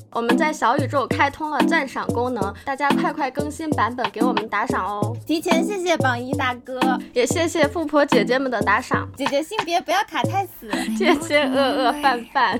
我们在小宇宙开通了赞赏功能，大家快快更新版本给我们打赏哦！ 提前谢谢榜一大哥， 也谢谢富婆姐姐们的打赏。 姐姐性别不要卡太死， 姐姐饭饭。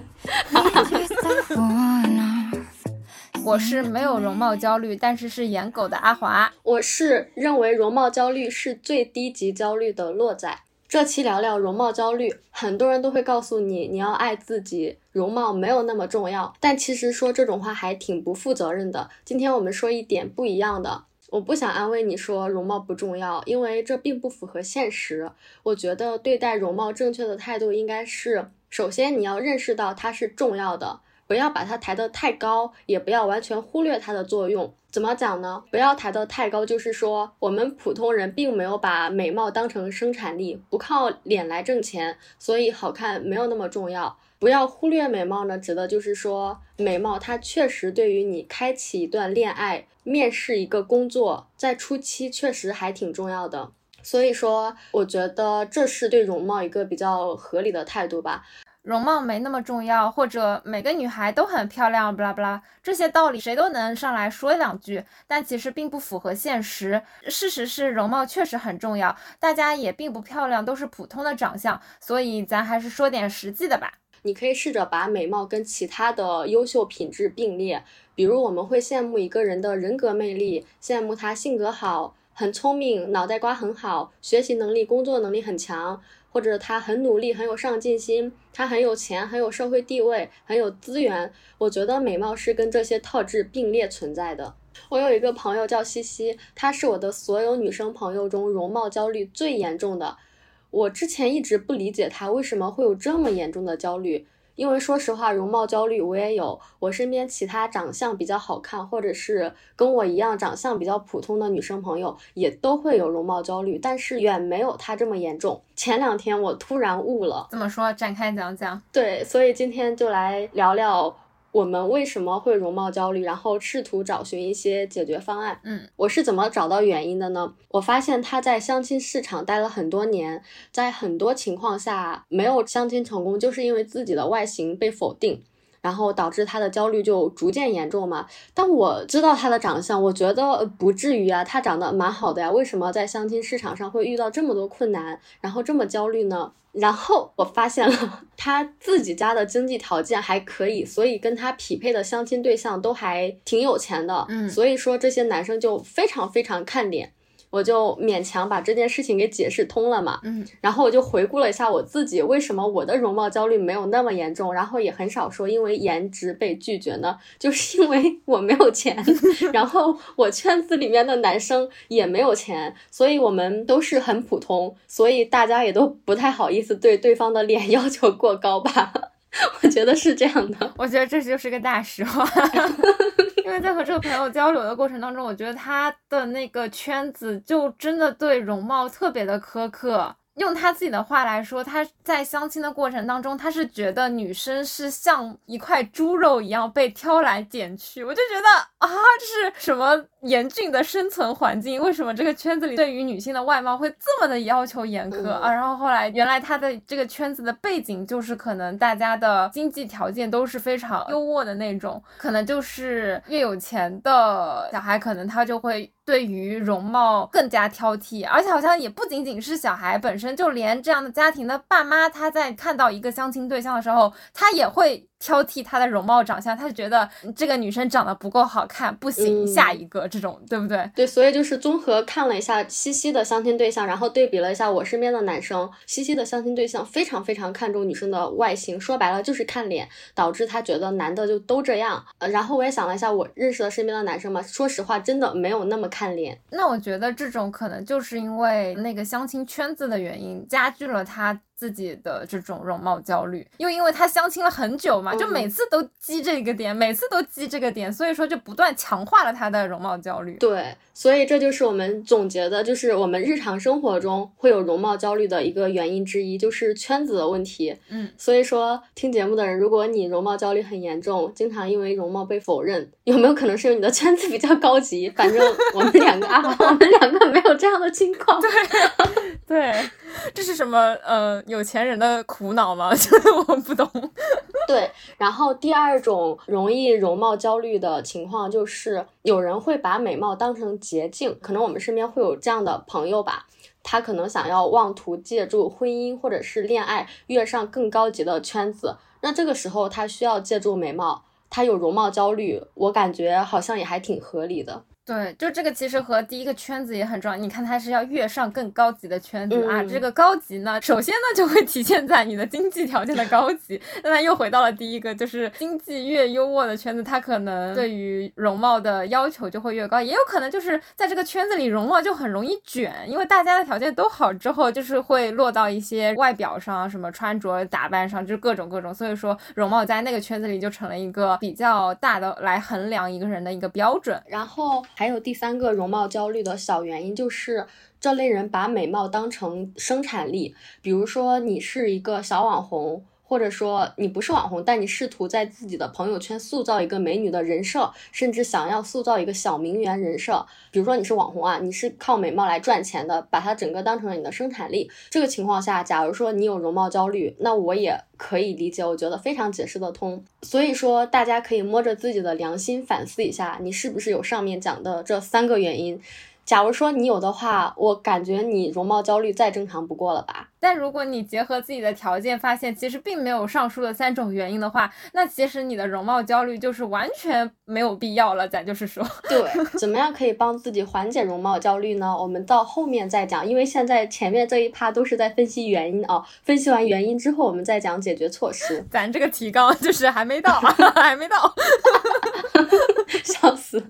我是没有容貌焦虑，但是颜狗的阿华。 我是认为容貌焦虑是最低级焦虑的洛仔。这期聊聊容貌焦虑，很多人都会告诉你，你要爱自己，容貌没有那么重要，但其实说这种话还挺不负责任的。今天我们说一点不一样的，我不想安慰你说容貌不重要，因为这并不符合现实。我觉得对待容貌正确的态度应该是，首先你要认识到它是重要的，不要把它抬得太高，也不要完全忽略它的作用。怎么讲呢？不要抬得太高，就是说我们普通人并没有把美貌当成生产力，不靠脸来挣钱，所以好看没有那么重要。不要忽略美貌呢，指的就是说美貌它确实对于你开启一段恋爱、面试一个工作，在初期确实还挺重要的。所以说我觉得这是对容貌一个比较合理的态度吧。 容貌没那么重要，或者每个女孩都很漂亮不啦不啦，这些道理谁都能上来说两句，但其实并不符合现实。事实是容貌确实很重要，大家也并不漂亮，都是普通的长相，所以咱还是说点实际的吧。 你可以试着把美貌跟其他的优秀品质并列，比如我们会羡慕一个人的人格魅力，羡慕他性格好，很聪明，脑袋瓜很好，学习能力工作能力很强，或者他很努力，很有上进心，他很有钱，很有社会地位，很有资源。我觉得美貌是跟这些特质并列存在的。我有一个朋友叫西西，她是我的所有女生朋友中容貌焦虑最严重的。我之前一直不理解她为什么会有这么严重的焦虑，因为说实话容貌焦虑我也有，我身边其他长相比较好看或者是跟我一样长相比较普通的女生朋友也都会有容貌焦虑，但是远没有她这么严重。前2天我突然悟了。 怎么说？展开讲讲。 对，所以今天就来聊聊我们为什么会容貌焦虑，然后试图找寻一些解决方案。我是怎么找到原因的呢？我发现他在相亲市场待了很多年，在很多情况下没有相亲成功，就是因为自己的外形被否定，然后导致他的焦虑就逐渐严重嘛。但我知道他的长相，我觉得不至于啊，他长得蛮好的呀，为什么在相亲市场上会遇到这么多困难，然后这么焦虑呢？然后我发现了他自己家的经济条件还可以，所以跟他匹配的相亲对象都还挺有钱的。所以说这些男生就非常非常看脸。我就勉强把这件事情给解释通了嘛。然后我就回顾了一下我自己，为什么我的容貌焦虑没有那么严重，然后也很少说因为颜值被拒绝呢，就是因为我没有钱然后我圈子里面的男生也没有钱，所以我们都是很普通，所以大家也都不太好意思对对方的脸要求过高吧我觉得是这样的。 我觉得这就是个大实话因为在和这个朋友交流的过程当中，我觉得他的那个圈子就真的对容貌特别的苛刻。用他自己的话来说，他在相亲的过程当中，他是觉得女生是像一块猪肉一样被挑来拣去。我就觉得啊，这是什么严峻的生存环境？为什么这个圈子里对于女性的外貌会这么的要求严苛啊？然后后来原来他的这个圈子的背景就是可能大家的经济条件都是非常优渥的那种，可能就是越有钱的小孩，可能他就会对于容貌更加挑剔，而且好像也不仅仅是小孩本身，就连这样的家庭的爸妈，他在看到一个相亲对象的时候，他也会挑剔他的容貌长相，他就觉得这个女生长得不够好看，不行，下一个这种，对不对？ 对，所以就是综合看了一下西西的相亲对象，然后对比了一下我身边的男生，西西的相亲对象非常非常看重女生的外形，说白了就是看脸，导致他觉得男的就都这样。然后我也想了一下我认识的身边的男生嘛，说实话真的没有那么看脸。 那我觉得这种可能就是因为那个相亲圈子的原因，加剧了他自己的这种容貌焦虑，因为他相亲了很久嘛，就每次都击这个点，每次都击这个点，所以说就不断强化了他的容貌焦虑。 对，所以这就是我们总结的，就是我们日常生活中会有容貌焦虑的一个原因之一，就是圈子的问题。所以说听节目的人，如果你容貌焦虑很严重，经常因为容貌被否认，有没有可能是因为你的圈子比较高级？反正我们两个我们两个没有这样的情况。 对，这是什么有钱人的苦恼吗？就是我不懂。 对，然后第二种容易容貌焦虑的情况就是有人会把美貌当成捷径，可能我们身边会有这样的朋友吧，他可能想要妄图借助婚姻或者是恋爱跃上更高级的圈子，那这个时候他需要借助美貌，他有容貌焦虑，我感觉好像也还挺合理的。 对，就这个其实和第一个圈子也很重要，你看它是要跃上更高级的圈子啊，这个高级呢，首先呢就会体现在你的经济条件的高级，那它又回到了第一个，就是经济越优渥的圈子，它可能对于容貌的要求就会越高，也有可能就是在这个圈子里容貌就很容易卷，因为大家的条件都好之后，就是会落到一些外表上，什么穿着打扮上，就是各种，所以说容貌在那个圈子里就成了一个比较大的来衡量一个人的一个标准。 然后还有第三个容貌焦虑的小原因，就是这类人把美貌当成生产力，比如说你是一个小网红，或者说你不是网红，但你试图在自己的朋友圈塑造一个美女的人设，甚至想要塑造一个小名媛人设。比如说你是网红啊，你是靠美貌来赚钱的，把它整个当成了你的生产力。这个情况下，假如说你有容貌焦虑，那我也可以理解，我觉得非常解释得通。所以说大家可以摸着自己的良心反思一下，你是不是有上面讲的这3个原因。假如说你有的话，我感觉你容貌焦虑再正常不过了吧。 但如果你结合自己的条件发现其实并没有上述的3种原因的话，那其实你的容貌焦虑就是完全没有必要了，咱就是说。 对，怎么样可以帮自己缓解容貌焦虑呢？我们到后面再讲，因为现在前面这一趴都是在分析原因啊，分析完原因之后我们再讲解决措施。 咱这个提纲就是还没到还没到笑死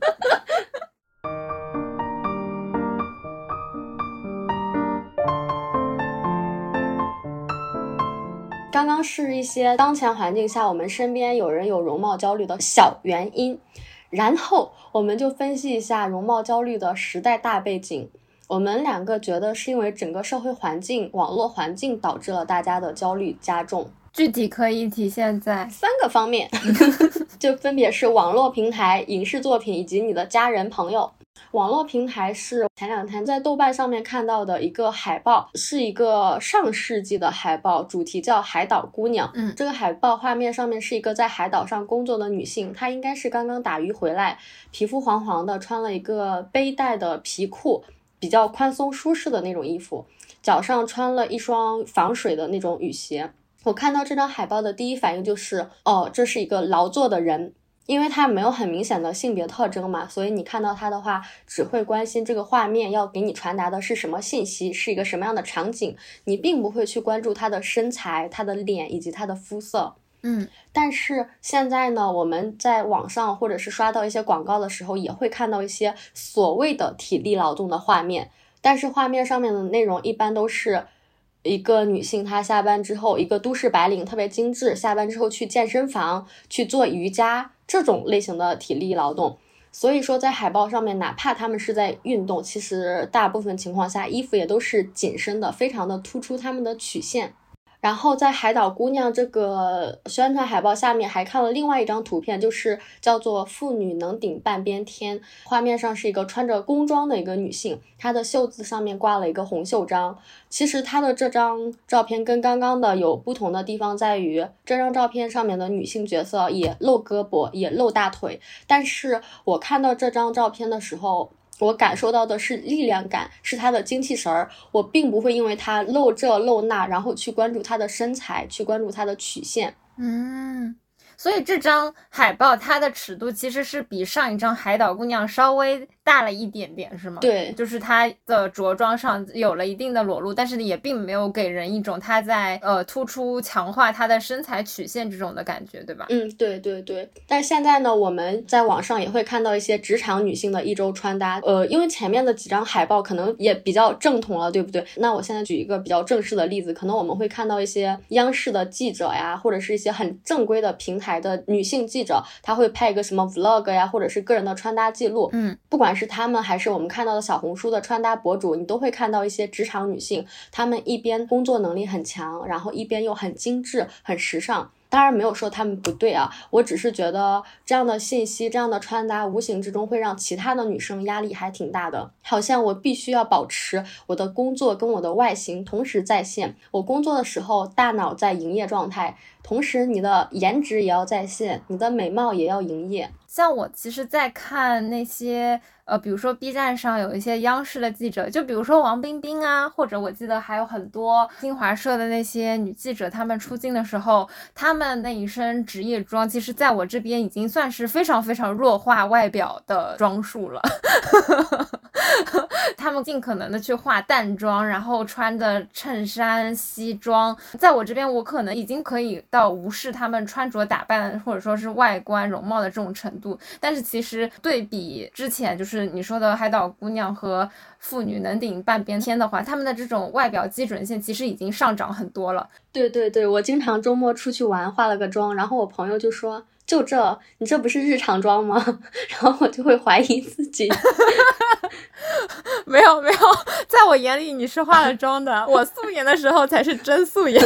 刚刚是一些当前环境下我们身边有人有容貌焦虑的小原因，然后我们就分析一下容貌焦虑的时代大背景。我们2个觉得是因为整个社会环境、网络环境导致了大家的焦虑加重。 具体可以体现在 3个方面就分别是网络平台、影视作品以及你的家人朋友。网络平台是前2天在豆瓣上面看到的一个海报，是一个上世纪的海报，主题叫海岛姑娘。这个海报画面上面是一个在海岛上工作的女性，她应该是刚刚打鱼回来，皮肤黄黄的，穿了一个背带的皮裤，比较宽松舒适的那种衣服，脚上穿了一双防水的那种雨鞋。我看到这张海报的第一反应就是这是一个劳作的人，因为它没有很明显的性别特征嘛，所以你看到它的话只会关心这个画面要给你传达的是什么信息，是一个什么样的场景，你并不会去关注它的身材、它的脸以及它的肤色。但是现在呢，我们在网上或者是刷到一些广告的时候，也会看到一些所谓的体力劳动的画面，但是画面上面的内容一般都是一个女性，她下班之后，一个都市白领特别精致，下班之后去健身房去做瑜伽，这种类型的体力劳动。所以说在海报上面，哪怕他们是在运动，其实大部分情况下衣服也都是紧身的，非常的突出他们的曲线。然后在海岛姑娘这个宣传海报下面还看了另外一张图片，就是叫做妇女能顶半边天，画面上是一个穿着工装的一个女性，她的袖子上面挂了一个红袖章。其实她的这张照片跟刚刚的有不同的地方在于，这张照片上面的女性角色也露胳膊也露大腿，但是我看到这张照片的时候，我感受到的是力量感，是她的精气神儿，我并不会因为她露这露那然后去关注她的身材，去关注她的曲线。 所以这张海报它的尺度其实是比上一张海岛姑娘稍微大了一点点，是吗？ 对， 就是它的着装上有了一定的裸露，但是也并没有给人一种它在突出强化她的身材曲线这种的感觉，对吧？ 对对对。但现在呢，我们在网上也会看到一些职场女性的一周穿搭，因为前面的几张海报可能也比较正统了，对不对？那我现在举一个比较正式的例子，可能我们会看到一些央视的记者呀，或者是一些很正规的平台的女性记者，她会拍一个什么 vlog 呀，或者是个人的穿搭记录。不管是他们还是我们看到的小红书的穿搭博主，你都会看到一些职场女性，她们一边工作能力很强，然后一边又很精致很时尚。当然没有说他们不对啊，我只是觉得这样的信息，这样的穿搭无形之中会让其他的女生压力还挺大的，好像我必须要保持我的工作跟我的外形同时在线，我工作的时候大脑在营业状态， 同时你的颜值也要在线，你的美貌也要营业。 像我其实在看那些比如说 B 站上有一些央视的记者，就比如说王冰冰啊，或者我记得还有很多新华社的那些女记者，她们出镜的时候，她们那一身职业装，其实在我这边已经算是非常非常弱化外表的装束了。他们尽可能的去化淡妆，然后穿着衬衫西装，在我这边我可能已经可以到无视他们穿着打扮或者说是外观容貌的这种程度，但是其实对比之前就是你说的海岛姑娘和妇女能顶半边天的话，他们的这种外表基准线其实已经上涨很多了。 对对对，我经常周末出去玩化了个妆，然后我朋友就说就这你这不是日常妆吗？然后我就会怀疑自己。 没有，在我眼里你是化了妆的，我素颜的时候才是真素颜。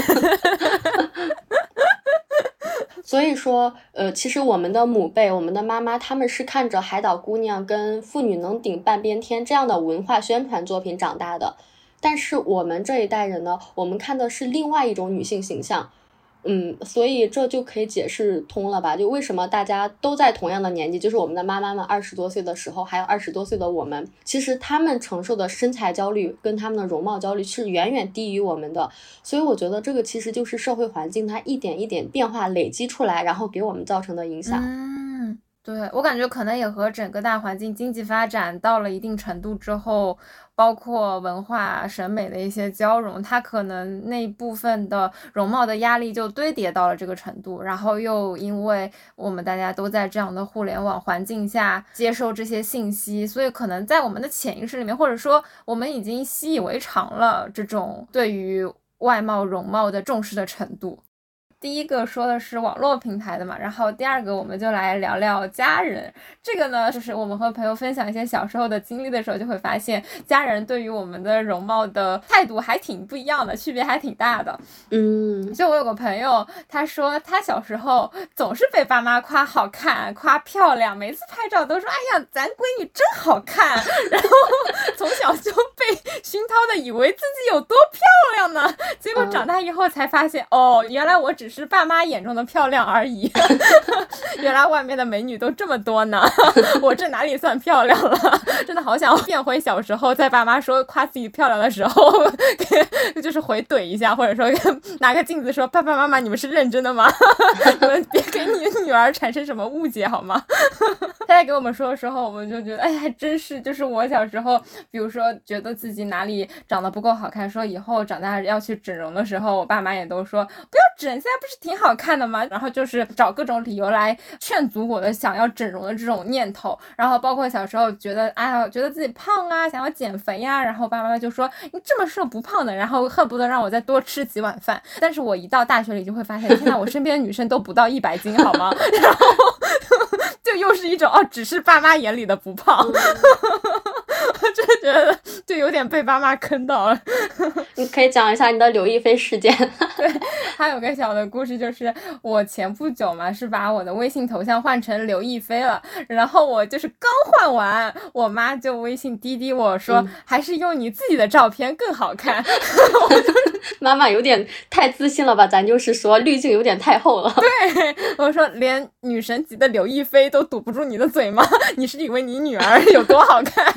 所以说其实我们的母辈，我们的妈妈，他们是看着海岛姑娘跟妇女能顶半边天这样的文化宣传作品长大的，但是我们这一代人呢，我们看的是另外一种女性形象。所以这就可以解释通了吧，就为什么大家都在同样的年纪，就是我们的妈妈们20多岁的时候，还有20多岁的我们，其实他们承受的身材焦虑跟他们的容貌焦虑是远远低于我们的。所以我觉得这个其实就是社会环境它一点一点变化累积出来，然后给我们造成的影响。 对，我感觉可能也和整个大环境经济发展到了一定程度之后，包括文化审美的一些交融，它可能那部分的容貌的压力就堆叠到了这个程度，然后又因为我们大家都在这样的互联网环境下接受这些信息，所以可能在我们的潜意识里面，或者说我们已经习以为常了这种对于外貌容貌的重视的程度。第一个说的是网络平台的嘛，然后第二个我们就来聊聊家人。这个呢，就是我们和朋友分享一些小时候的经历的时候，就会发现家人对于我们的容貌的态度还挺不一样的，区别还挺大的。就我有个朋友，他说他小时候总是被爸妈夸好看、夸漂亮，每次拍照都说哎呀咱闺女真好看，然后从小就被熏陶的以为自己有多漂亮呢，结果长大以后才发现原来我只是爸妈眼中的漂亮而已。原来外面的美女都这么多呢，我这哪里算漂亮了？真的好想变回小时候，在爸妈说夸自己漂亮的时候就是回怼一下，或者说拿个镜子说爸爸妈妈你们是认真的吗？你们别给你的女儿产生什么误解好吗？他在给我们说的时候，我们就觉得还真是，就是我小时候比如说觉得自己哪里长得不够好看，说以后长大要去整容的时候，我爸妈也都说不要整，现在不是挺好看的吗？然后就是找各种理由来劝阻我的想要整容的这种念头。然后包括小时候觉得觉得自己胖啊，想要减肥呀，然后爸妈就说你这么瘦不胖的，然后恨不得让我再多吃几碗饭。但是我一到大学里就会发现，天哪，我身边的女生都不到100斤好吗？然后就又是一种只是爸妈眼里的不胖。我真的觉得就有点被爸妈坑到了。 你可以讲一下你的刘亦菲事件。 对，还有个小的故事，就是我前不久嘛是把我的微信头像换成刘亦菲了，然后我就是刚换完，我妈就微信滴滴我说，还是用你自己的照片更好看。 妈妈有点太自信了吧，咱就是说滤镜有点太厚了。 对，我说连女神级的刘亦菲都堵不住你的嘴吗？你是以为你女儿有多好看？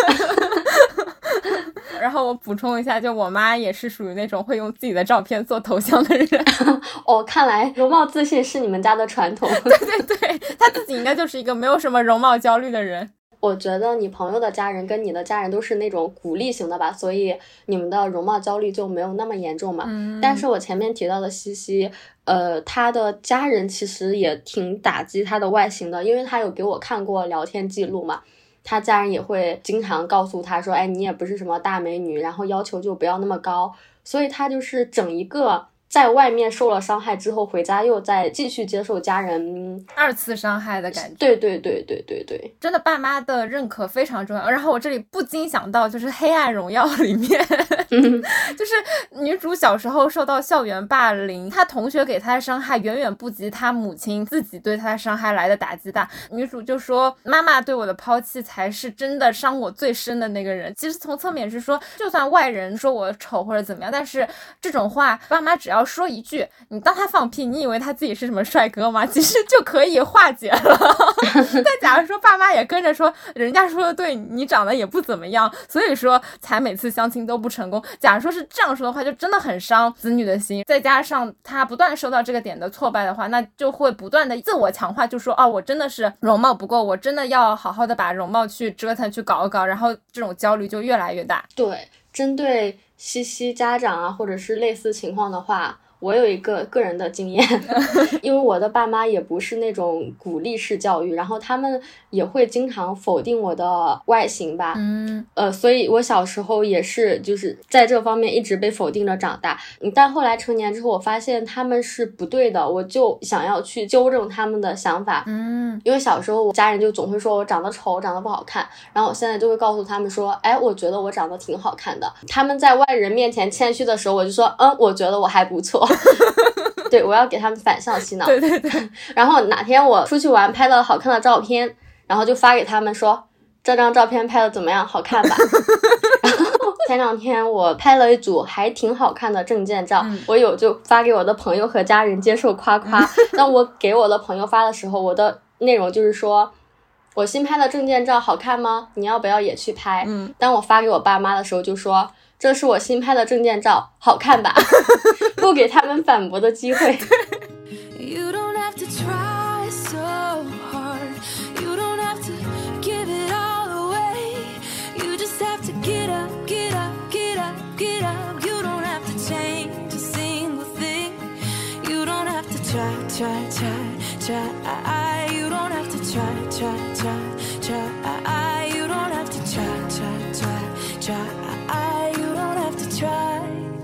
然后我补充一下，就我妈也是属于那种会用自己的照片做头像的人。 看来容貌自信是你们家的传统。 对对对，她自己应该就是一个没有什么容貌焦虑的人。 我觉得你朋友的家人跟你的家人都是那种鼓励型的吧，所以你们的容貌焦虑就没有那么严重嘛。但是我前面提到的西西，他的家人其实也挺打击他的外形的，因为他有给我看过聊天记录嘛。他家人也会经常告诉他说，你也不是什么大美女，然后要求就不要那么高，所以他就是整一个在外面受了伤害之后，回家又再继续接受家人 2次伤害的感觉。 对对对对对对， 真的爸妈的认可非常重要。然后我这里不禁想到，就是《黑暗荣耀》里面就是女主小时候受到校园霸凌，她同学给她的伤害远远不及她母亲自己对她的伤害来的打击大。女主就说妈妈对我的抛弃才是真的伤我最深的那个人。其实从侧面是说，就算外人说我丑或者怎么样，但是这种话爸妈只要说一句，你当他放屁，你以为他自己是什么帅哥吗？其实就可以化解了。但假如说爸妈也跟着说人家说的对，你长得也不怎么样，所以说才每次相亲都不成功，假如说是这样说的话，就真的很伤子女的心。再加上他不断受到这个点的挫败的话，那就会不断的自我强化，就说我真的是容貌不够，我真的要好好的把容貌去折腾去搞一搞，然后这种焦虑就越来越大。 对，针对西西家长啊或者是类似情况的话，我有一个个人的经验因为我的爸妈也不是那种鼓励式教育，然后他们也会经常否定我的外形吧，所以我小时候也是就是在这方面一直被否定着长大。但后来成年之后，我发现他们是不对的，我就想要去纠正他们的想法。因为小时候我家人就总会说我长得丑，长得不好看，然后我现在就会告诉他们说，哎，我觉得我长得挺好看的。他们在外人面前谦虚的时候，我就说我觉得我还不错对，我要给他们反向洗脑。 对对对。 然后哪天我出去玩拍了好看的照片，然后就发给他们说这张照片拍的怎么样，好看吧然后前两天我拍了一组还挺好看的证件照，我有就发给我的朋友和家人接受夸夸当我给我的朋友发的时候，我的内容就是说我新拍的证件照好看吗？你要不要也去拍？当我发给我爸妈的时候就说这是我新拍的证件照，好看吧不给他们反驳的机会 You don't have to try so hard. You don't have to give it all away. You just have to get up, get up, get up, get up. You don't have to change a single thing. You don't have to try, try, try, try. You don't have to try, try, try, try. You don't have to try, try, try, try. You don't have to try.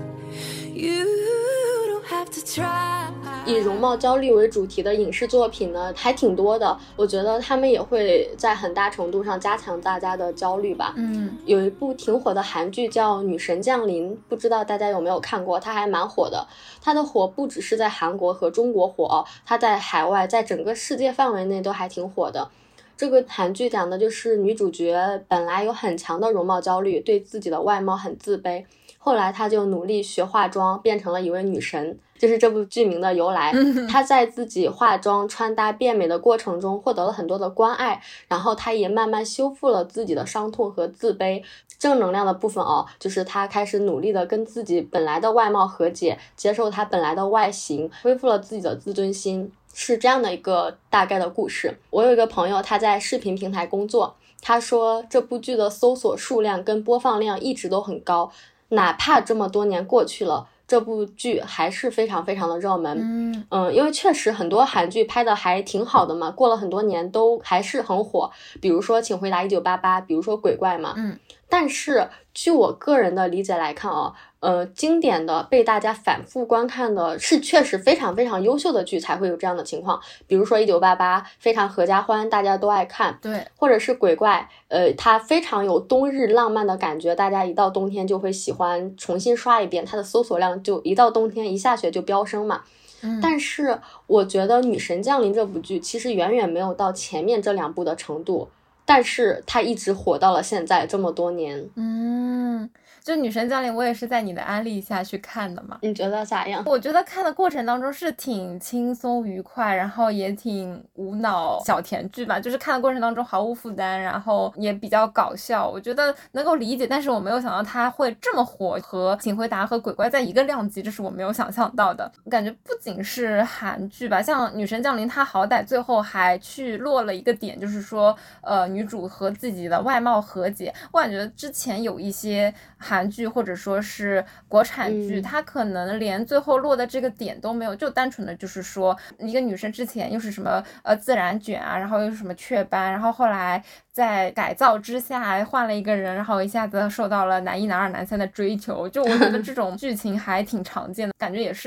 You don't have to try. 以容貌焦虑为主题的影视作品呢还挺多的，我觉得他们也会在很大程度上加强大家的焦虑吧。有一部挺火的韩剧叫《女神降临》，不知道大家有没有看过，它还蛮火的。它的火不只是在韩国和中国火，它在海外在整个世界范围内都还挺火的。这个韩剧讲的就是女主角本来有很强的容貌焦虑，对自己的外貌很自卑，后来她就努力学化妆，变成了一位女神，就是这部剧名的由来。她在自己化妆穿搭变美的过程中获得了很多的关爱，然后她也慢慢修复了自己的伤痛和自卑。正能量的部分就是她开始努力的跟自己本来的外貌和解，接受她本来的外形，恢复了自己的自尊心，是这样的一个大概的故事。我有一个朋友，他在视频平台工作，他说这部剧的搜索数量跟播放量一直都很高，哪怕这么多年过去了，这部剧还是非常非常的热门。因为确实很多韩剧拍的还挺好的嘛，过了很多年都还是很火，比如说请回答1988，比如说鬼怪嘛。但是据我个人的理解来看经典的被大家反复观看的是确实非常非常优秀的剧才会有这样的情况，比如说1988非常合家欢，大家都爱看。 对， 或者是鬼怪它非常有冬日浪漫的感觉，大家一到冬天就会喜欢重新刷一遍，它的搜索量就一到冬天一下雪就飙升嘛。但是我觉得女神降临这部剧其实远远没有到前面这两部的程度，但是它一直火到了现在这么多年。 就女神降临我也是在你的安利下去看的嘛。 你觉得咋样？ 我觉得看的过程当中是挺轻松愉快，然后也挺无脑小甜剧吧，就是看的过程当中毫无负担，然后也比较搞笑，我觉得能够理解。但是我没有想到它会这么火，和请回答和鬼怪在一个量级，这是我没有想象到的。我感觉不仅是韩剧吧，像女神降临它好歹最后还去落了一个点，就是说女主和自己的外貌和解。我感觉之前有一些韩剧或者说是国产剧，它可能连最后落的这个点都没有，就单纯的就是说一个女生之前又是什么自然卷啊，然后又是什么雀斑，然后后来在改造之下换了一个人，然后一下子受到了男一男二男三的追求，就我觉得这种剧情还挺常见的感觉，也是在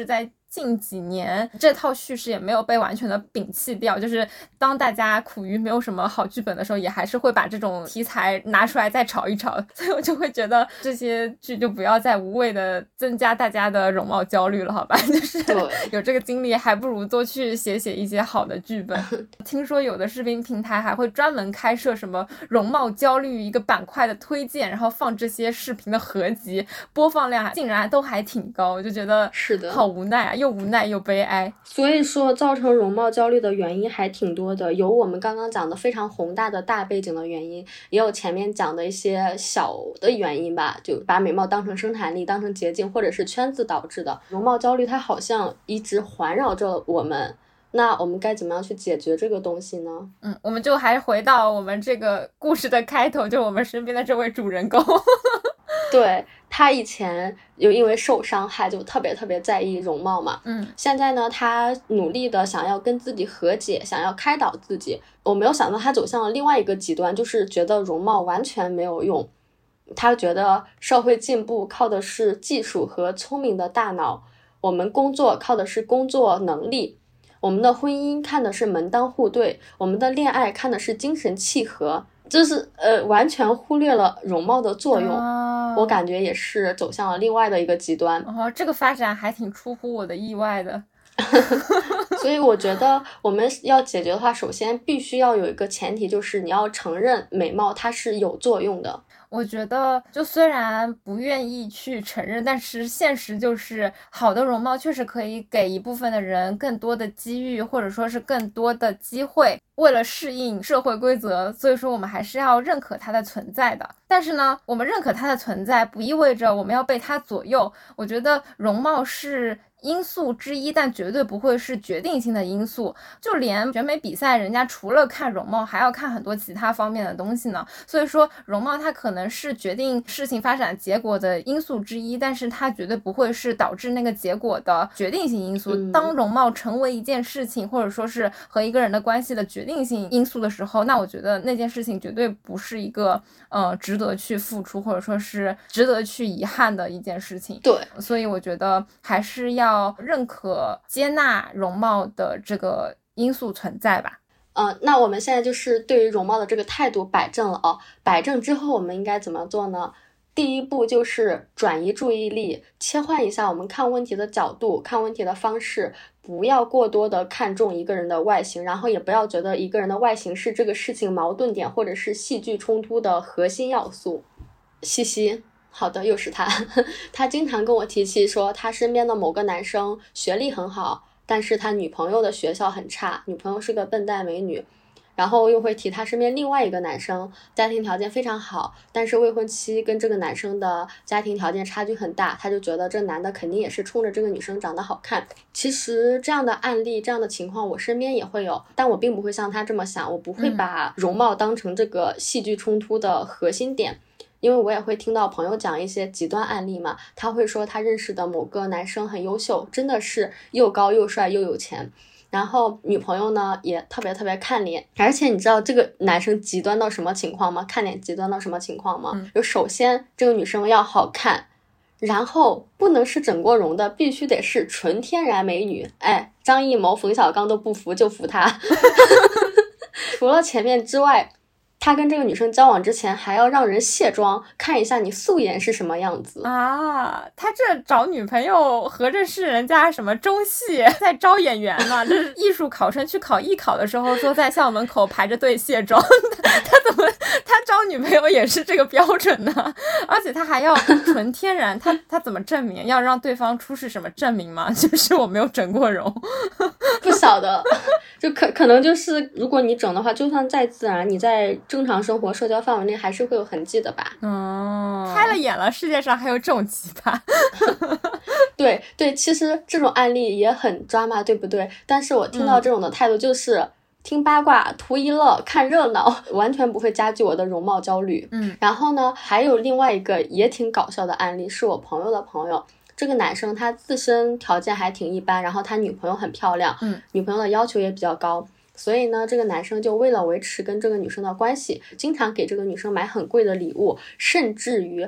近几年这套叙事也没有被完全的摒弃掉，就是当大家苦于没有什么好剧本的时候，也还是会把这种题材拿出来再炒一炒，所以我就会觉得这些剧就不要再无谓的增加大家的容貌焦虑了，好吧，就是有这个精力还不如多去写一些好的剧本。听说有的视频平台还会专门开设什么容貌焦虑一个板块的推荐，然后放这些视频的合集，播放量竟然都还挺高，我就觉得是的， 好无奈啊，又无奈又悲哀。 所以说造成容貌焦虑的原因还挺多的，有我们刚刚讲的非常宏大的大背景的原因，也有前面讲的一些小的原因吧，就把美貌当成生产力，当成捷径或者是圈子导致的。容貌焦虑它好像一直环绕着我们，那我们该怎么样去解决这个东西呢？ 我们就还回到我们这个故事的开头，就我们身边的这位主人公对，他以前有因为受伤害就特别在意容貌嘛，现在呢他努力的想要跟自己和解，想要开导自己。我没有想到他走向了另外一个极端，就是觉得容貌完全没有用，他觉得社会进步靠的是技术和聪明的大脑，我们工作靠的是工作能力，我们的婚姻看的是门当户对，我们的恋爱看的是精神契合，就是完全忽略了容貌的作用。我感觉也是走向了另外的一个极端。 这个发展还挺出乎我的意外的。 所以我觉得我们要解决的话，首先必须要有一个前提，就是你要承认美貌它是有作用的。 我觉得就虽然不愿意去承认，但是现实就是好的容貌确实可以给一部分的人更多的机遇，或者说是更多的机会。为了适应社会规则，所以说我们还是要认可它的存在的。但是呢，我们认可它的存在不意味着我们要被它左右。我觉得容貌是因素之一，但绝对不会是决定性的因素。就连选美比赛，人家除了看容貌还要看很多其他方面的东西呢。所以说容貌它可能是决定事情发展结果的因素之一，但是它绝对不会是导致那个结果的决定性因素。当容貌成为一件事情，或者说是和一个人的关系的决定性因素的时候，那我觉得那件事情绝对不是一个值得去付出，或者说是值得去遗憾的一件事情。 对， 所以我觉得还是要认可接纳容貌的这个因素存在吧。 那我们现在就是对于容貌的这个态度摆正了摆正之后我们应该怎么做呢？第一步就是转移注意力，切换一下我们看问题的角度，看问题的方式，不要过多的看重一个人的外形，然后也不要觉得一个人的外形是这个事情矛盾点或者是戏剧冲突的核心要素。西西，好的，又是他他经常跟我提起说他身边的某个男生学历很好，但是他女朋友的学校很差，女朋友是个笨蛋美女。然后又会提他身边另外一个男生家庭条件非常好，但是未婚妻跟这个男生的家庭条件差距很大，他就觉得这男的肯定也是冲着这个女生长得好看。其实这样的案例，这样的情况我身边也会有，但我并不会像他这么想，我不会把容貌当成这个戏剧冲突的核心点。因为我也会听到朋友讲一些极端案例嘛，他会说他认识的某个男生很优秀，真的是又高又帅又有钱，然后女朋友呢也特别看脸，而且你知道这个男生极端到什么情况吗？看脸极端到什么情况吗？就首先这个女生要好看，然后不能是整过容的，必须得是纯天然美女。哎，张艺谋冯小刚都不服，就服她除了前面之外，他跟这个女生交往之前还要让人卸妆，看一下你素颜是什么样子啊！他这找女朋友合着是人家什么中戏在招演员呢？这是艺术考生去考艺考的时候说在校门口排着队卸妆他招女朋友也是这个标准呢？而且他还要纯天然，他怎么证明？要让对方出示什么证明吗？就是我没有整过容不晓得，就可能就是如果你整的话，就算再自然，你在正常生活社交范围内还是会有痕迹的吧。 开了眼了，世界上还有这种奇葩对，其实这种案例也很抓马，对不对？但是我听到这种的态度就是听八卦图一乐看热闹，完全不会加剧我的容貌焦虑。然后呢还有另外一个也挺搞笑的案例，是我朋友的朋友，这个男生他自身条件还挺一般，然后他女朋友很漂亮，女朋友的要求也比较高，所以呢这个男生就为了维持跟这个女生的关系，经常给这个女生买很贵的礼物，甚至于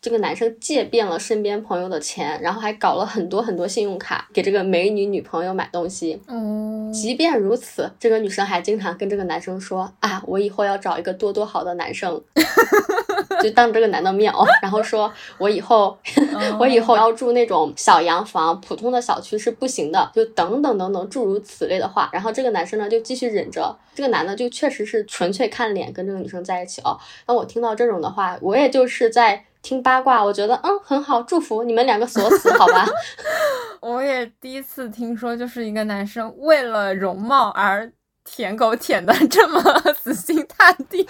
这个男生借遍了身边朋友的钱，然后还搞了很多很多信用卡给这个美女女朋友买东西。即便如此，这个女生还经常跟这个男生说啊，我以后要找一个多好的男生就当这个男的面然后说我以后要住那种小洋房，普通的小区是不行的，就等等诸如此类的话。然后这个男生呢就继续忍着，这个男的就确实是纯粹看脸跟这个女生在一起那我听到这种的话，我也就是在听八卦，我觉得很好，祝福你们两个锁死好吧我也第一次听说就是一个男生为了容貌而舔狗舔的这么死心塌地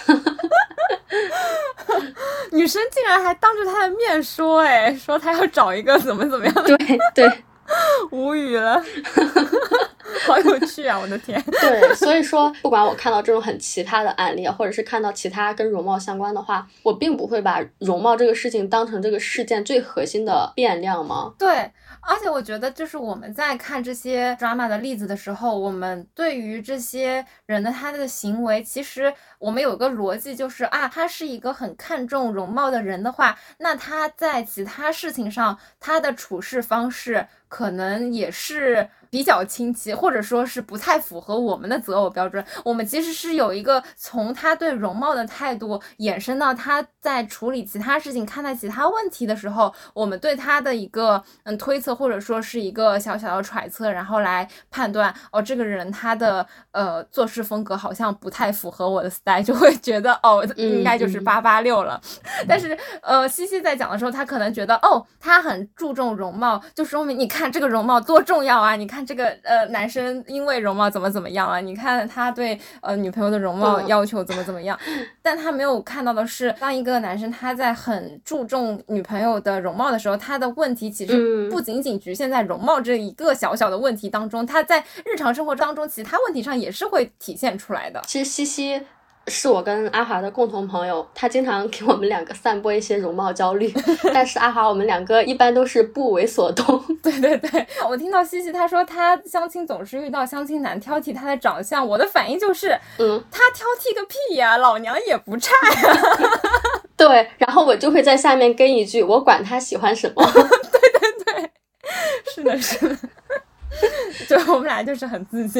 女生竟然还当着他的面说说他要找一个怎么样的， 对无语了好有趣啊，我的天对，所以说不管我看到这种很奇葩的案例，或者是看到其他跟容貌相关的话，我并不会把容貌这个事情当成这个事件最核心的变量吗？ 对，而且我觉得就是我们在看这些 drama 的例子的时候，我们对于这些人的他的行为，其实我们有一个逻辑，就是他是一个很看重容貌的人的话，那他在其他事情上他的处事方式可能也是比较清奇，或者说是不太符合我们的择偶标准。我们其实是有一个从他对容貌的态度衍生到他在处理其他事情看待其他问题的时候，我们对他的一个推测，或者说是一个小小的揣测，然后来判断这个人他的做事风格好像不太符合我的 style， 就会觉得应该就是886了但是西西在讲的时候，他可能觉得他很注重容貌，就说明你看这个容貌多重要啊，你看这个男生因为容貌怎么样啊，你看他对女朋友的容貌要求怎么样但他没有看到的是，当一个男生他在很注重女朋友的容貌的时候，他的问题其实不仅仅局限在容貌这一个小小的问题当中，他在日常生活当中其他问题上也是会体现出来的。 其实西西是我跟阿华的共同朋友，他经常给我们两个散播一些容貌焦虑但是阿华我们两个一般都是不为所动对，我听到西西他说他相亲总是遇到相亲男挑剔他的长相，我的反应就是他挑剔个屁呀，老娘也不差呀对，然后我就会在下面跟一句我管他喜欢什么对，是的就我们俩就是很自信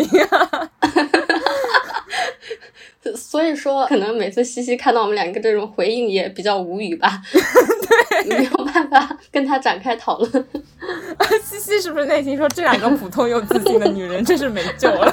所以说可能每次西西看到我们两个这种回应也比较无语吧对，没有办法跟他展开讨论西西是不是内心说这两个普通又自信的女人真是没救了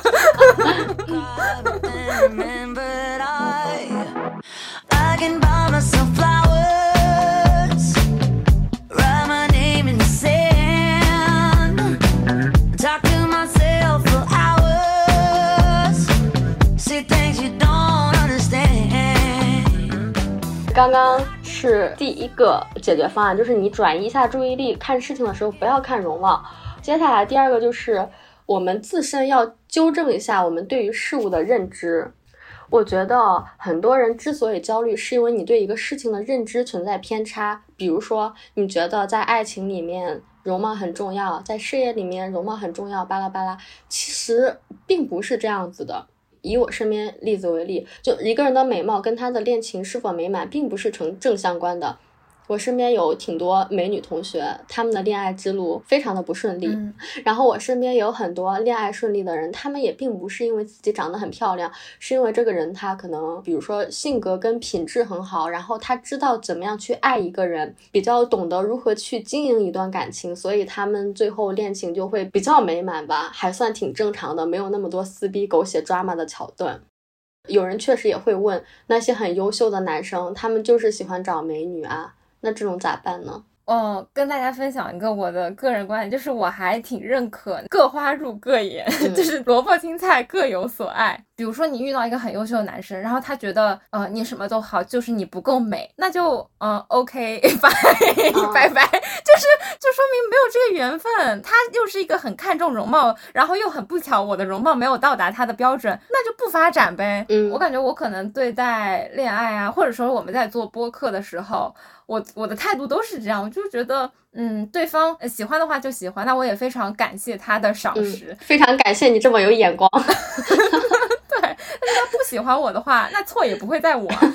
刚刚是第一个解决方案，就是你转移一下注意力，看事情的时候不要看容貌。接下来第二个就是我们自身要纠正一下我们对于事物的认知。我觉得很多人之所以焦虑，是因为你对一个事情的认知存在偏差。比如说你觉得在爱情里面容貌很重要，在事业里面容貌很重要，巴拉巴拉，其实并不是这样子的。以我身边例子为例，就一个人的美貌跟他的恋情是否美满并不是成正相关的。我身边有挺多美女同学，她们的恋爱之路非常的不顺利，然后我身边有很多恋爱顺利的人，他们也并不是因为自己长得很漂亮，是因为这个人他可能比如说性格跟品质很好，然后他知道怎么样去爱一个人，比较懂得如何去经营一段感情，所以他们最后恋情就会比较美满吧，还算挺正常的，没有那么多撕逼狗血 drama 的桥段。有人确实也会问，那些很优秀的男生他们就是喜欢找美女啊，那这种咋办呢？ 跟大家分享一个我的个人观点，就是我还挺认可各花入各眼就是萝卜青菜各有所爱。比如说你遇到一个很优秀的男生，然后他觉得你什么都好，就是你不够美，那就OK 拜拜，就说明没有这个缘分。他又是一个很看重容貌，然后又很不巧我的容貌没有到达他的标准，那就不发展呗。我感觉我可能对待恋爱啊，或者说我们在做播客的时候，我的态度都是这样，我就觉得对方喜欢的话就喜欢，那我也非常感谢他的赏识， 非常感谢你这么有眼光对，但是他不喜欢我的话，那错也不会在我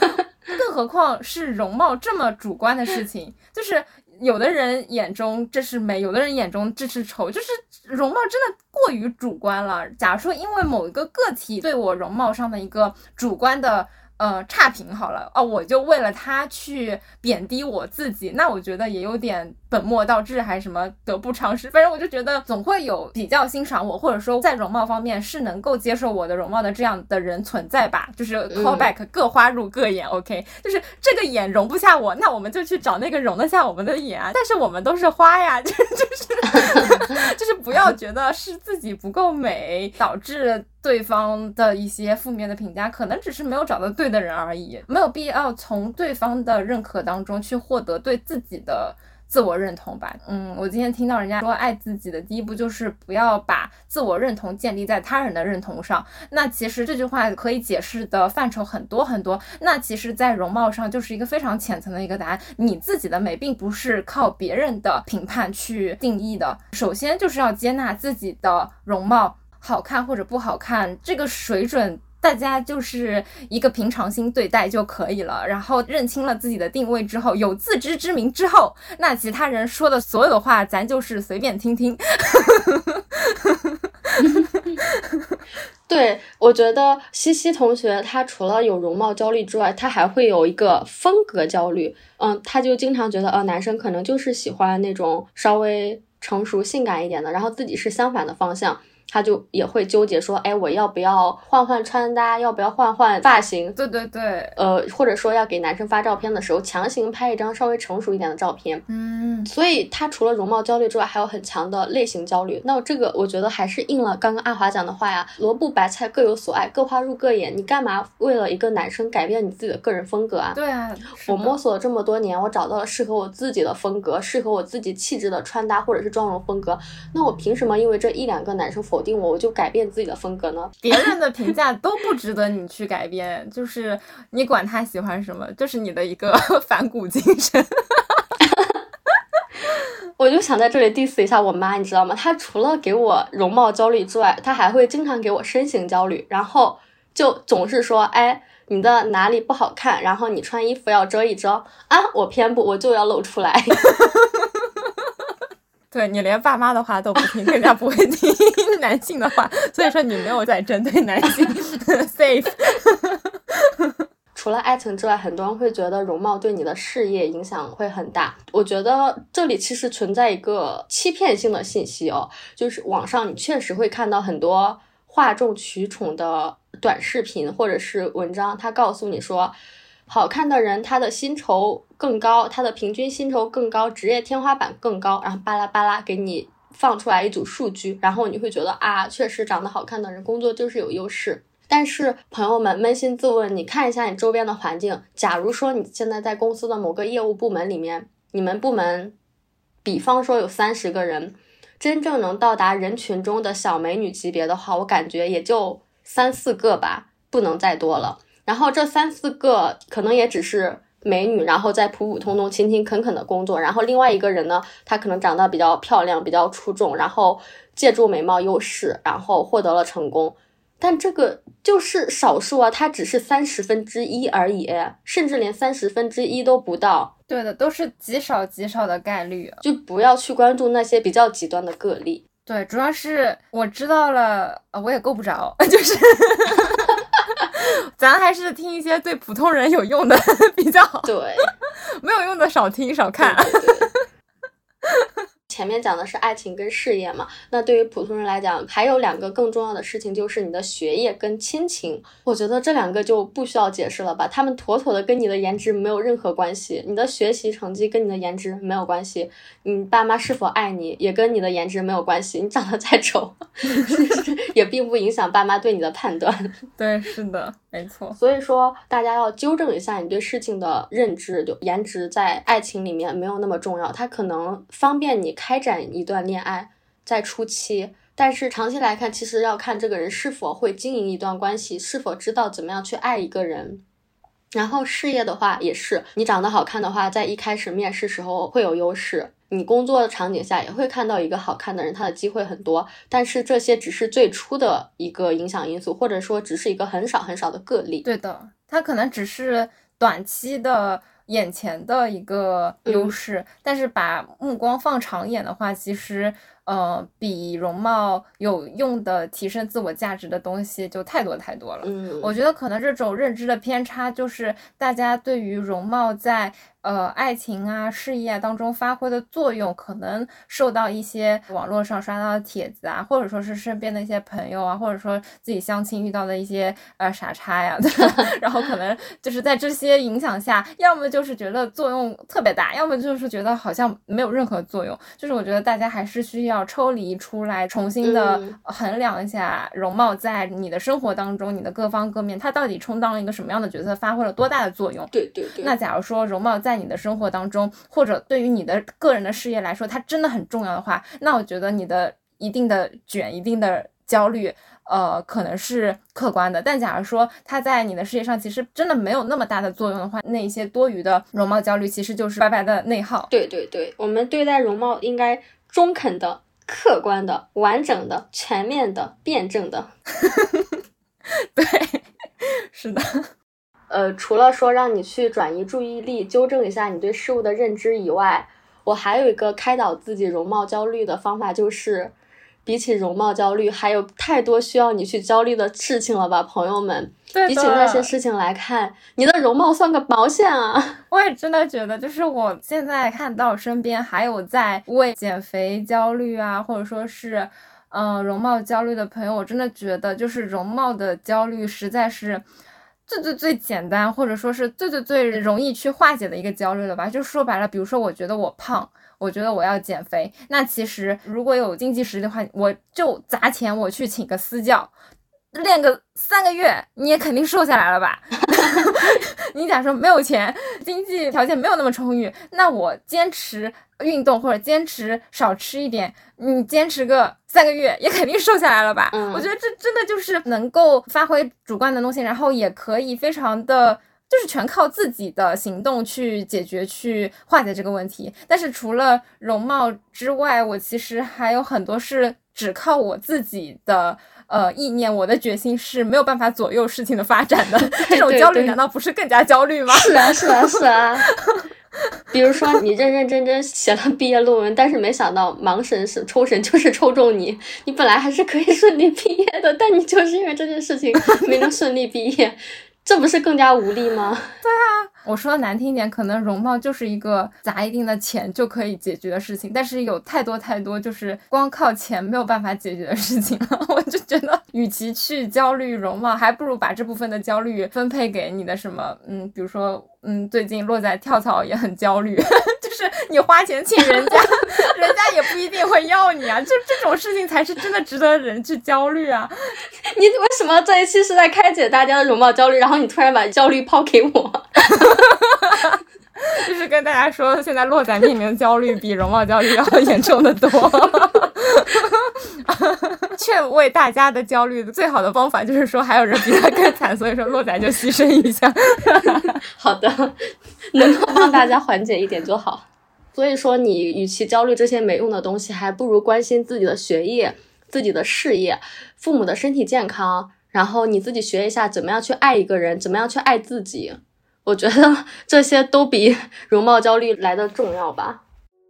更何况是容貌这么主观的事情，就是有的人眼中这是美，有的人眼中这是丑，就是容貌真的过于主观了。假如说因为某一个个体对我容貌上的一个主观的差评好了我就为了他去贬低我自己，那我觉得也有点本末倒置，还是什么得不偿失。反正我就觉得总会有比较欣赏我，或者说在容貌方面是能够接受我的容貌的这样的人存在吧。就是 callback 各花入各眼，OK， 就是这个眼容不下我，那我们就去找那个容得下我们的眼啊。但是我们都是花呀，就是不要觉得是自己不够美导致对方的一些负面的评价，可能只是没有找到对的人而已，没有必要从对方的认可当中去获得对自己的自我认同吧。我今天听到人家说爱自己的第一步就是不要把自我认同建立在他人的认同上，那其实这句话可以解释的范畴很多很多，那其实在容貌上就是一个非常浅层的一个答案，你自己的美并不是靠别人的评判去定义的，首先就是要接纳自己的容貌好看或者不好看，这个水准大家就是一个平常心对待就可以了，然后认清了自己的定位之后，有自知之明之后，那其他人说的所有的话咱就是随便听听。 对，我觉得西西同学他除了有容貌焦虑之外，他还会有一个风格焦虑。他就经常觉得男生可能就是喜欢那种稍微成熟性感一点的，然后自己是相反的方向，他就也会纠结说，哎，我要不要换换穿搭，要不要换换发型？ 对对对， 或者说要给男生发照片的时候，强行拍一张稍微成熟一点的照片。所以他除了容貌焦虑之外，还有很强的类型焦虑。那这个我觉得还是应了刚刚阿华讲的话呀，萝卜白菜各有所爱，各花入各眼。你干嘛为了一个男生改变你自己的个人风格啊？ 对啊， 我摸索了这么多年，我找到了适合我自己的风格，适合我自己气质的穿搭或者是妆容风格，那我凭什么因为这一两个男生否定我就改变自己的风格呢？ 别人的评价都不值得你去改变，就是你管他喜欢什么，就是你的一个反骨精神。 我就想在这里 diss 一下我妈，你知道吗？她除了给我容貌焦虑之外，她还会经常给我身形焦虑，然后就总是说，哎，你的哪里不好看，然后你穿衣服要遮一遮啊，我偏不，我就要露出来。 对，你连爸妈的话都不听，更加不会听男性的话，所以说你没有在针对男性。safe。 除了爱情之外，很多人会觉得容貌对你的事业影响会很大。我觉得这里其实存在一个欺骗性的信息哦，就是网上你确实会看到很多哗众取宠的短视频或者是文章，他告诉你说好看的人他的薪酬更高，他的平均薪酬更高，职业天花板更高，然后巴拉巴拉给你放出来一组数据，然后你会觉得啊，确实长得好看的人工作就是有优势。但是朋友们扪心自问，你看一下你周边的环境，假如说你现在在公司的某个业务部门里面，你们部门比方说有30个人，真正能到达人群中的小美女级别的话，我感觉也就3-4个吧，不能再多了。然后这3-4个可能也只是美女，然后再普普通通勤勤恳恳的工作，然后另外一个人呢，她可能长得比较漂亮，比较出众，然后借助美貌优势，然后获得了成功。但这个就是少数啊，它只是1/30而已，甚至连1/30都不到。 对的，都是极少极少的概率， 就不要去关注那些比较极端的个例。 对，主要是我知道了，我也够不着，就是咱还是听一些对普通人有用的比较好。 对， 没有用的少听少看。 对对对。前面讲的是爱情跟事业嘛，那对于普通人来讲，还有2个更重要的事情，就是你的学业跟亲情。我觉得这2个就不需要解释了吧，他们妥妥的跟你的颜值没有任何关系，你的学习成绩跟你的颜值没有关系，你爸妈是否爱你也跟你的颜值没有关系，你长得再丑也并不影响爸妈对你的判断。 对，是的，没错。 所以说大家要纠正一下你对事情的认知，就颜值在爱情里面没有那么重要，它可能方便你开展一段恋爱在初期，但是长期来看其实要看这个人是否会经营一段关系，是否知道怎么样去爱一个人。然后事业的话也是，你长得好看的话，在一开始面试时候会有优势，你工作的场景下也会看到一个好看的人，他的机会很多，但是这些只是最初的一个影响因素，或者说只是一个很少很少的个例。 对的，他可能只是短期的眼前的一个优势，但是把目光放长眼的话，其实比容貌有用的提升自我价值的东西就太多太多了。我觉得可能这种认知的偏差，就是大家对于容貌在爱情啊、事业啊当中发挥的作用，可能受到一些网络上刷到的帖子啊，或者说是身边的一些朋友啊，或者说自己相亲遇到的一些傻叉呀，对吧？然后可能就是在这些影响下，要么就是觉得作用特别大，要么就是觉得好像没有任何作用。就是我觉得大家还是需要抽离出来，重新的衡量一下容貌在你的生活当中，你的各方各面，它到底充当了一个什么样的角色，发挥了多大的作用。 对对对。 那假如说容貌在你的生活当中，或者对于你的个人的事业来说，它真的很重要的话，那我觉得你的一定的卷、一定的焦虑可能是客观的。但假如说它在你的事业上其实真的没有那么大的作用的话，那一些多余的容貌焦虑其实就是白白的内耗。 对对对，我们对待容貌应该中肯的、客观的、完整的、全面的、辩证的。 对，是的。 除了说让你去转移注意力，纠正一下你对事物的认知以外，我还有一个开导自己容貌焦虑的方法，就是比起容貌焦虑，还有太多需要你去焦虑的事情了吧，朋友们。比起那些事情来看，你的容貌算个毛线啊！ 我也真的觉得，就是我现在看到身边还有在为减肥焦虑啊，或者说是容貌焦虑的朋友，我真的觉得就是容貌的焦虑实在是最简单，或者说是最容易去化解的一个焦虑了吧。就说白了，比如说我觉得我胖，我觉得我要减肥，那其实如果有经济实力的话，我就砸钱我去请个私教，练个3个月，你也肯定瘦下来了吧。你假如说没有钱，经济条件没有那么充裕，那我坚持运动或者坚持少吃一点，你坚持个3个月也肯定瘦下来了吧。我觉得这真的就是能够发挥主观能动性，然后也可以非常的就是全靠自己的行动去解决、去化解这个问题。但是除了容貌之外，我其实还有很多是只靠我自己的意念，我的决心是没有办法左右事情的发展的。这种焦虑难道不是更加焦虑吗？ 是啊是啊是啊。比如说你认认真真写了毕业论文，但是没想到盲审抽审就是抽中你本来还是可以顺利毕业的，但你就是因为这件事情没能顺利毕业，这不是更加无力吗？ 对啊，我说的难听点，可能容貌就是一个砸一定的钱就可以解决的事情，但是有太多就是光靠钱没有办法解决的事情了。我就觉得与其去焦虑容貌，还不如把这部分的焦虑分配给你的什么比如说最近落在跳槽也很焦虑，就是你花钱请人家人家也不一定会要你啊，就这种事情才是真的值得人去焦虑啊。 你为什么这一期是在开解大家的容貌焦虑，然后你突然把焦虑抛给我？ 就是跟大家说，现在落在面临的焦虑比容貌焦虑要严重的多。劝慰大家的焦虑的最好的方法就是说还有人比他更惨，所以说落仔就牺牲一下。 好的，能够帮大家缓解一点就好。所以说你与其焦虑这些没用的东西，还不如关心自己的学业、自己的事业、父母的身体健康，然后你自己学一下怎么样去爱一个人，怎么样去爱自己。我觉得这些都比容貌焦虑来的重要吧。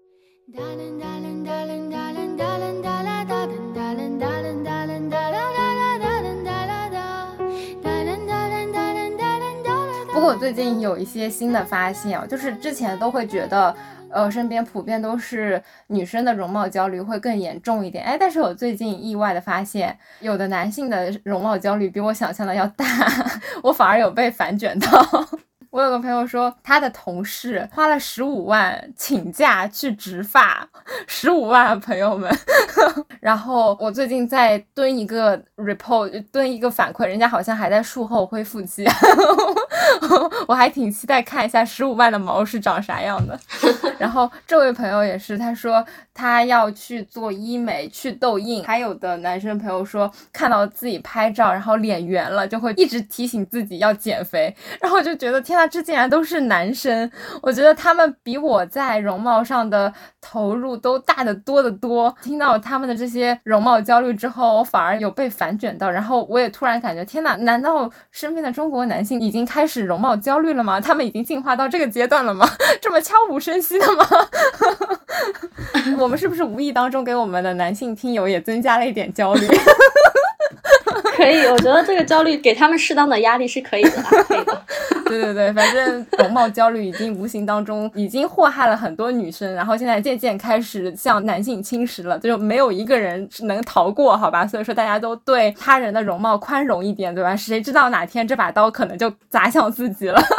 不过我最近有一些新的发现就是之前都会觉得身边普遍都是女生的容貌焦虑会更严重一点，但是我最近意外的发现，有的男性的容貌焦虑比我想象的要大，我反而有被反卷到。我有个朋友说他的同事花了15万请假去植发，15万朋友们。然后我最近在蹲一个 report， 蹲一个反馈，人家好像还在术后恢复期。我还挺期待看一下15万的毛是长啥样的。然后这位朋友也是，他说他要去做医美去痘印，还有的男生朋友说看到自己拍照然后脸圆了就会一直提醒自己要减肥，然后我就觉得天哪，这竟然都是男生，我觉得他们比我在容貌上的投入都大得多得多。听到他们的这些容貌焦虑之后，我反而有被反卷到，然后我也突然感觉天哪，难道身边的中国男性已经开始容貌焦焦虑了吗？他们已经进化到这个阶段了吗？这么悄无声息的吗？我们是不是无意当中给我们的男性听友也增加了一点焦虑？ 可以，我觉得这个焦虑给他们适当的压力是可以的啦，可以的。 对对对，反正容貌焦虑已经无形当中已经祸害了很多女生，然后现在渐渐开始向男性侵蚀了，就没有一个人能逃过，好吧？所以说大家都对他人的容貌宽容一点，对吧？谁知道哪天这把刀可能就砸向自己了。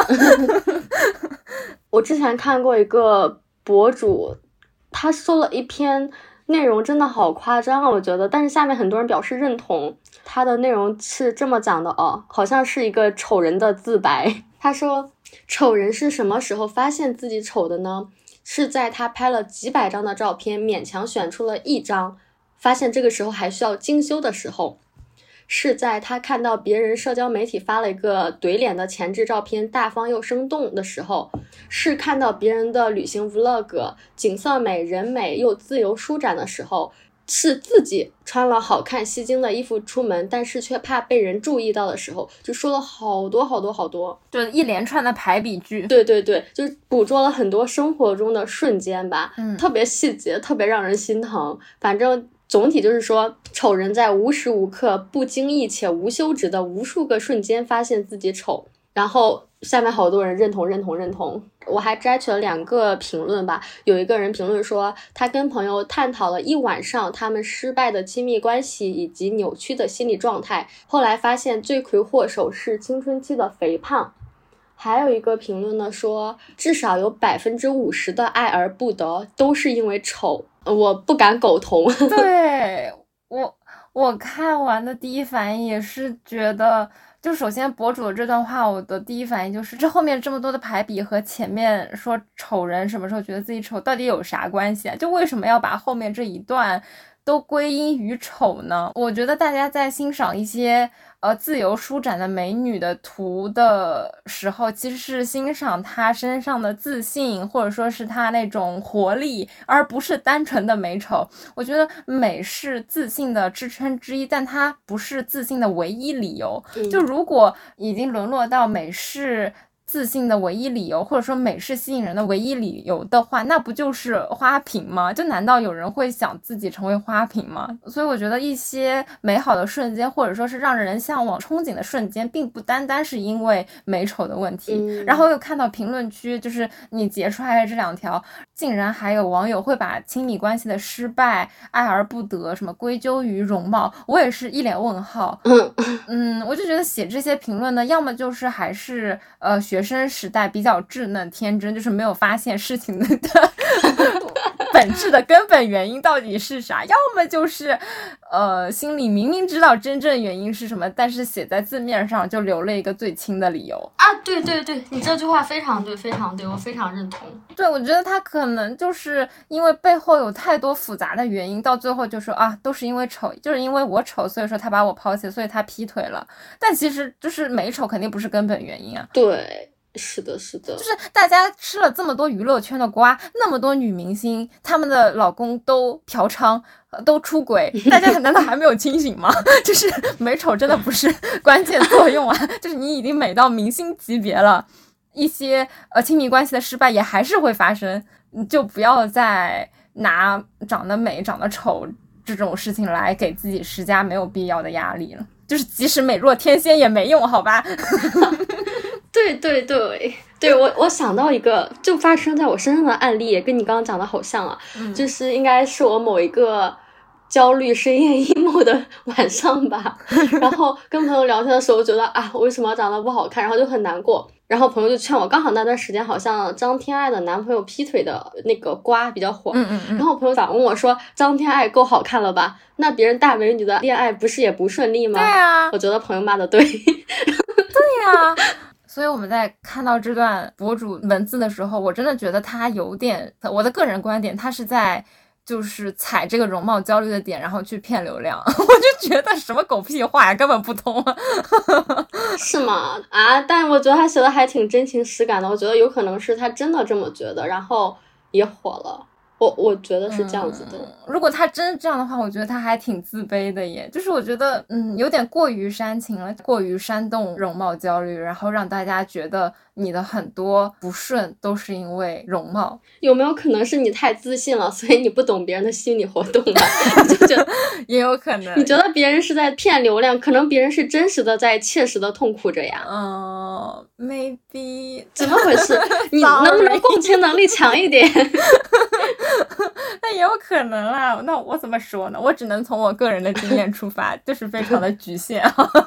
我之前看过一个博主，他说了一篇内容真的好夸张啊，我觉得，但是下面很多人表示认同。他的内容是这么讲的哦，好像是一个丑人的自白。他说，丑人是什么时候发现自己丑的呢？是在他拍了几百张的照片，勉强选出了一张，发现这个时候还需要精修的时候。是在他看到别人社交媒体发了一个怼脸的前置照片，大方又生动的时候。是看到别人的旅行 vlog， 景色美人美又自由舒展的时候。是自己穿了好看吸睛的衣服出门，但是却怕被人注意到的时候。就说了好多好多好多， 就一连串的排比句。 对对对，就是捕捉了很多生活中的瞬间吧，特别细节，特别让人心疼。反正总体就是说，丑人在无时无刻不经意且无休止的无数个瞬间发现自己丑。然后下面好多人认同。我还摘取了2个评论吧。有一个人评论说，他跟朋友探讨了一晚上他们失败的亲密关系以及扭曲的心理状态，后来发现罪魁祸首是青春期的肥胖。还有一个评论呢说，至少有50%的爱而不得都是因为丑。我不敢苟同。 对，我看完的第一反应也是觉得，就首先博主的这段话，我的第一反应就是这后面这么多的排比和前面说丑人什么时候觉得自己丑到底有啥关系啊？就为什么要把后面这一段都归因于丑呢？我觉得大家在欣赏一些自由舒展的美女的图的时候，其实是欣赏她身上的自信，或者说是她那种活力，而不是单纯的美丑。我觉得美是自信的支撑之一，但它不是自信的唯一理由。就如果已经沦落到美是自信的唯一理由，或者说美是吸引人的唯一理由的话，那不就是花瓶吗？就难道有人会想自己成为花瓶吗？所以我觉得一些美好的瞬间，或者说是让人向往憧憬的瞬间，并不单单是因为美丑的问题。然后又看到评论区，就是你截出来的这2条，竟然还有网友会把亲密关系的失败、爱而不得什么归咎于容貌，我也是一脸问号。我就觉得写这些评论呢，要么就是还是学生时代比较稚嫩天真，就是没有发现事情的本质的根本原因到底是啥，要么就是心里明明知道真正原因是什么，但是写在字面上就留了一个最轻的理由啊。对对对，你这句话非常对，非常对，我非常认同。 对，我觉得他可能就是因为背后有太多复杂的原因，到最后就说啊，都是因为丑，就是因为我丑，所以说他把我抛弃，所以他劈腿了。但其实就是美丑肯定不是根本原因啊。 对，是的，是的， 就是大家吃了这么多娱乐圈的瓜，那么多女明星，她们的老公都嫖娼，都出轨，大家难道还没有清醒吗？就是美丑真的不是关键作用啊，就是你已经美到明星级别了，一些亲密关系的失败也还是会发生，就不要再拿长得美长得丑这种事情来给自己施加没有必要的压力了，就是即使美若天仙也没用，好吧？ 对对对对，我想到一个就发生在我身上的案例，也跟你刚刚讲的好像啊，就是应该是我某一个焦虑深夜 emo 的晚上吧，然后跟朋友聊天的时候觉得啊，我为什么长得不好看，然后就很难过，然后朋友就劝我，刚好那段时间好像张天爱的男朋友劈腿的那个瓜比较火，然后朋友反问我说，张天爱够好看了吧，那别人大美女的恋爱不是也不顺利吗？ 对啊， 我觉得朋友骂的对。对呀，所以我们在看到这段博主文字的时候，我真的觉得他有点，我的个人观点，他是在就是踩这个容貌焦虑的点，然后去骗流量。我就觉得什么狗屁话呀，根本不通啊。 是吗？啊，但我觉得他写的还挺真情实感的，我觉得有可能是他真的这么觉得，然后也火了。 我觉得是这样子的。 如果他真这样的话，我觉得他还挺自卑的耶，就是我觉得有点过于煽情了，过于煽动容貌焦虑，然后让大家觉得你的很多不顺都是因为容貌。 有没有可能是你太自信了，所以你不懂别人的心理活动了？你就觉得也有可能， 你觉得别人是在骗流量，可能别人是真实的在切实的痛苦着呀。 maybe 怎么回事？你能不能共情能力强一点？ 那也有可能啦，那我怎么说呢？我只能从我个人的经验出发，就是非常的局限。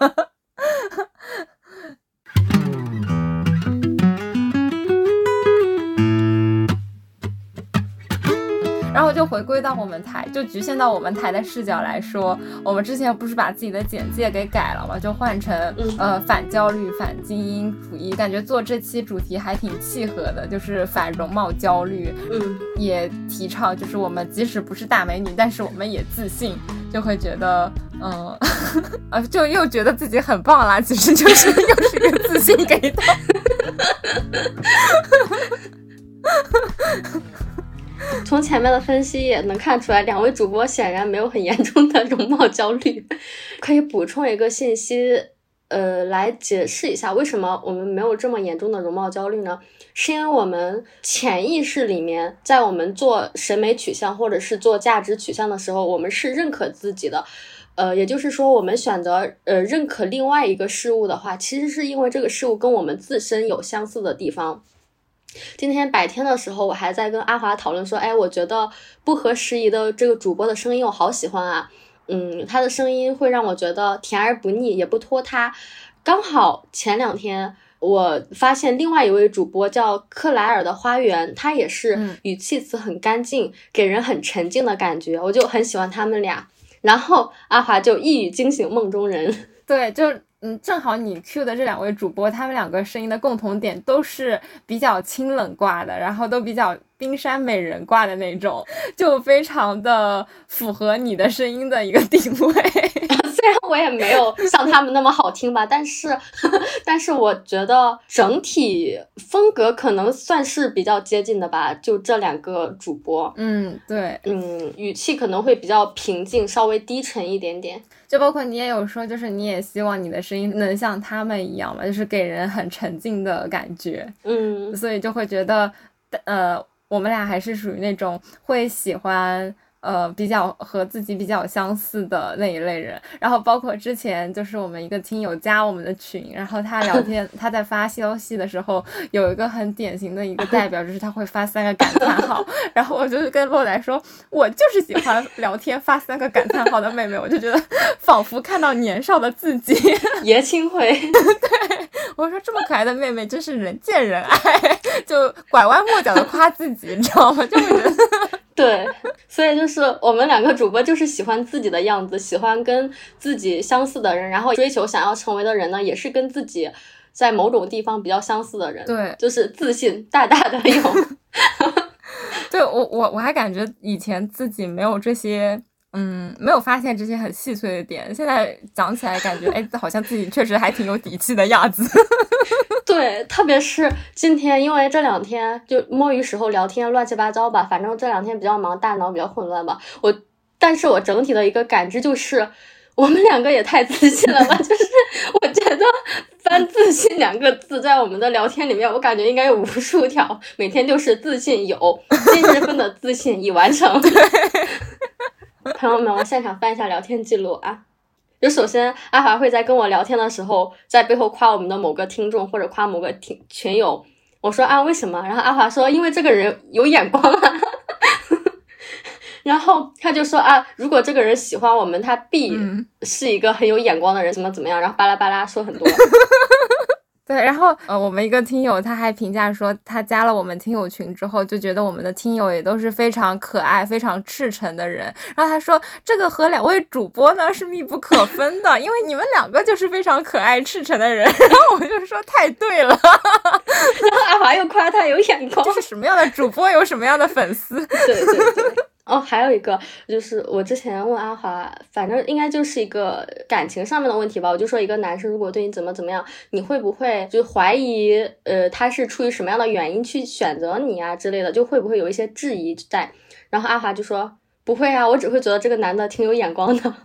然后就回归到我们台，就局限到我们台的视角来说，我们之前不是把自己的简介给改了吗？就换成反焦虑、反精英主义，感觉做这期主题还挺契合的，就是反容貌焦虑。也提倡就是我们即使不是大美女，但是我们也自信，就会觉得就又觉得自己很棒啦，其实就是又是一个自信给的。 从前面的分析也能看出来，两位主播显然没有很严重的容貌焦虑。可以补充一个信息，来解释一下为什么我们没有这么严重的容貌焦虑呢？是因为我们潜意识里面，在我们做审美取向或者是做价值取向的时候，我们是认可自己的。也就是说，我们选择认可另外一个事物的话，其实是因为这个事物跟我们自身有相似的地方。今天白天的时候，我还在跟阿华讨论说，我觉得不合时宜的这个主播的声音我好喜欢啊，他的声音会让我觉得甜而不腻，也不拖沓。刚好前2天我发现另外一位主播叫克莱尔的花园，他也是语气词很干净，给人很沉静的感觉，我就很喜欢他们俩。然后阿华就一语惊醒梦中人。 对，就正好你 Q 的这2位主播，他们2个声音的共同点都是比较清冷挂的，然后都比较冰山美人挂的那种，就非常的符合你的声音的一个定位。 虽然我也没有像他们那么好听吧，但是我觉得整体风格可能算是比较接近的吧，就这2个主播。 对， 语气可能会比较平静，稍微低沉一点点。 就包括你也有说，就是你也希望你的声音能像他们一样嘛，就是给人很沉静的感觉。所以就会觉得我们俩还是属于那种会喜欢比较和自己比较相似的那一类人。然后包括之前就是我们一个听友加我们的群，然后他聊天他在发消息的时候有一个很典型的一个代表，就是他会发3个感叹号。然后我就跟洛仔说，我就是喜欢聊天发3个感叹号的妹妹，我就觉得仿佛看到年少的自己。 爷青回。 对，我说这么可爱的妹妹真是人见人爱，就拐弯抹角的夸自己，你知道吗？就会觉得对，所以就是我们2个主播就是喜欢自己的样子，喜欢跟自己相似的人，然后追求想要成为的人呢，也是跟自己在某种地方比较相似的人。 对， 就是自信大大的有。 对，我还感觉以前自己没有这些没有发现这些很细碎的点，现在讲起来感觉好像自己确实还挺有底气的样子。 对，特别是今天，因为这2天就摸鱼时候聊天乱七八糟吧，反正这2天比较忙，大脑比较混乱吧。但是我整体的一个感知就是，我们2个也太自信了吧！就是我觉得翻自信2个字在我们的聊天里面，我感觉应该有无数条，每天就是自信有，今日份的自信已完成。朋友们，我现场翻一下聊天记录啊。就首先阿华会在跟我聊天的时候在背后夸我们的某个听众或者夸某个群友，我说为什么？然后阿华说因为这个人有眼光啊。然后他就说如果这个人喜欢我们，他必是一个很有眼光的人，怎么样，然后巴拉巴拉说很多。 对，然后我们一个听友他还评价说，他加了我们听友群之后就觉得我们的听友也都是非常可爱非常赤诚的人，然后他说这个和2位主播呢是密不可分的，因为你们2个就是非常可爱赤诚的人。然后我就说太对了。 然后阿华又夸他有眼光， 就是什么样的主播有什么样的粉丝。 对对对。 哦，还有一个就是我之前问阿华，反正应该就是一个感情上面的问题吧，我就说一个男生如果对你怎么样，你会不会就怀疑他是出于什么样的原因去选择你啊之类的，就会不会有一些质疑在。然后阿华就说不会啊，我只会觉得这个男的挺有眼光的。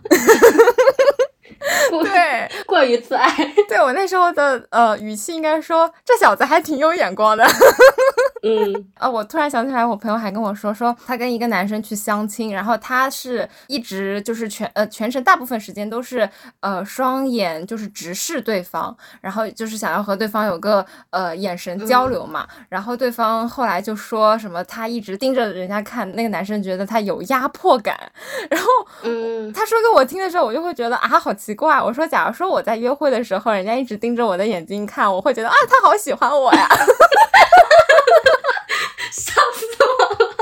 对， 过于自爱。 对，我那时候的语气应该说这小子还挺有眼光的。我突然想起来，我朋友还跟我说他跟一个男生去相亲，然后他是一直就是全程大部分时间都是双眼就是直视对方，然后就是想要和对方有个眼神交流嘛。然后对方后来就说什么他一直盯着人家看，那个男生觉得他有压迫感。然后他说给我听的时候，我就会觉得啊好奇怪。我说假如说我在约会的时候，人家一直盯着我的眼睛看，我会觉得啊他好喜欢我呀。 笑死我了。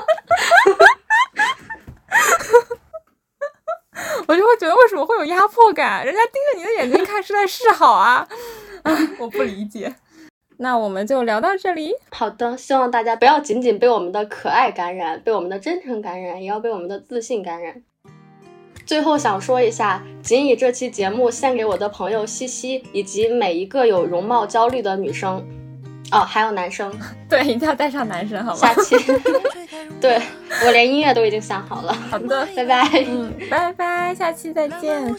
我就会觉得为什么会有压迫感，人家盯着你的眼睛看是在示好啊。我不理解。那我们就聊到这里。 好的，希望大家不要仅仅被我们的可爱感染，被我们的真诚感染，也要被我们的自信感染。最后想说一下，仅以这期节目献给我的朋友西西，以及每一个有容貌焦虑的女生还有男生。 对，一定要带上男生好吗？ 下期对，我连音乐都已经想好了。 好的， 拜拜。 拜拜，下期再见。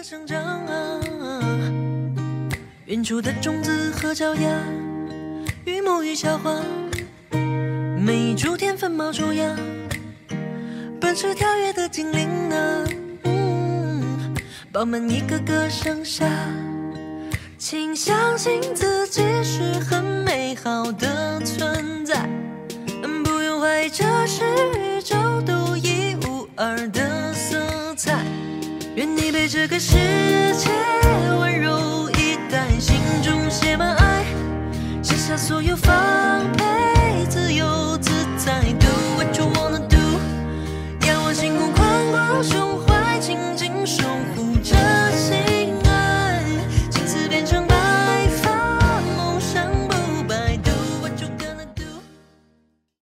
远处的种子和脚丫，与母与小花，每一株天分冒出芽，奔驰跳跃的精灵啊，饱满一个个盛夏。请相信自己是很美好的存在，不用怀疑这是宇宙独一无二的色彩。愿你被这个世界温柔以待，心中写满爱，卸下所有防备，自由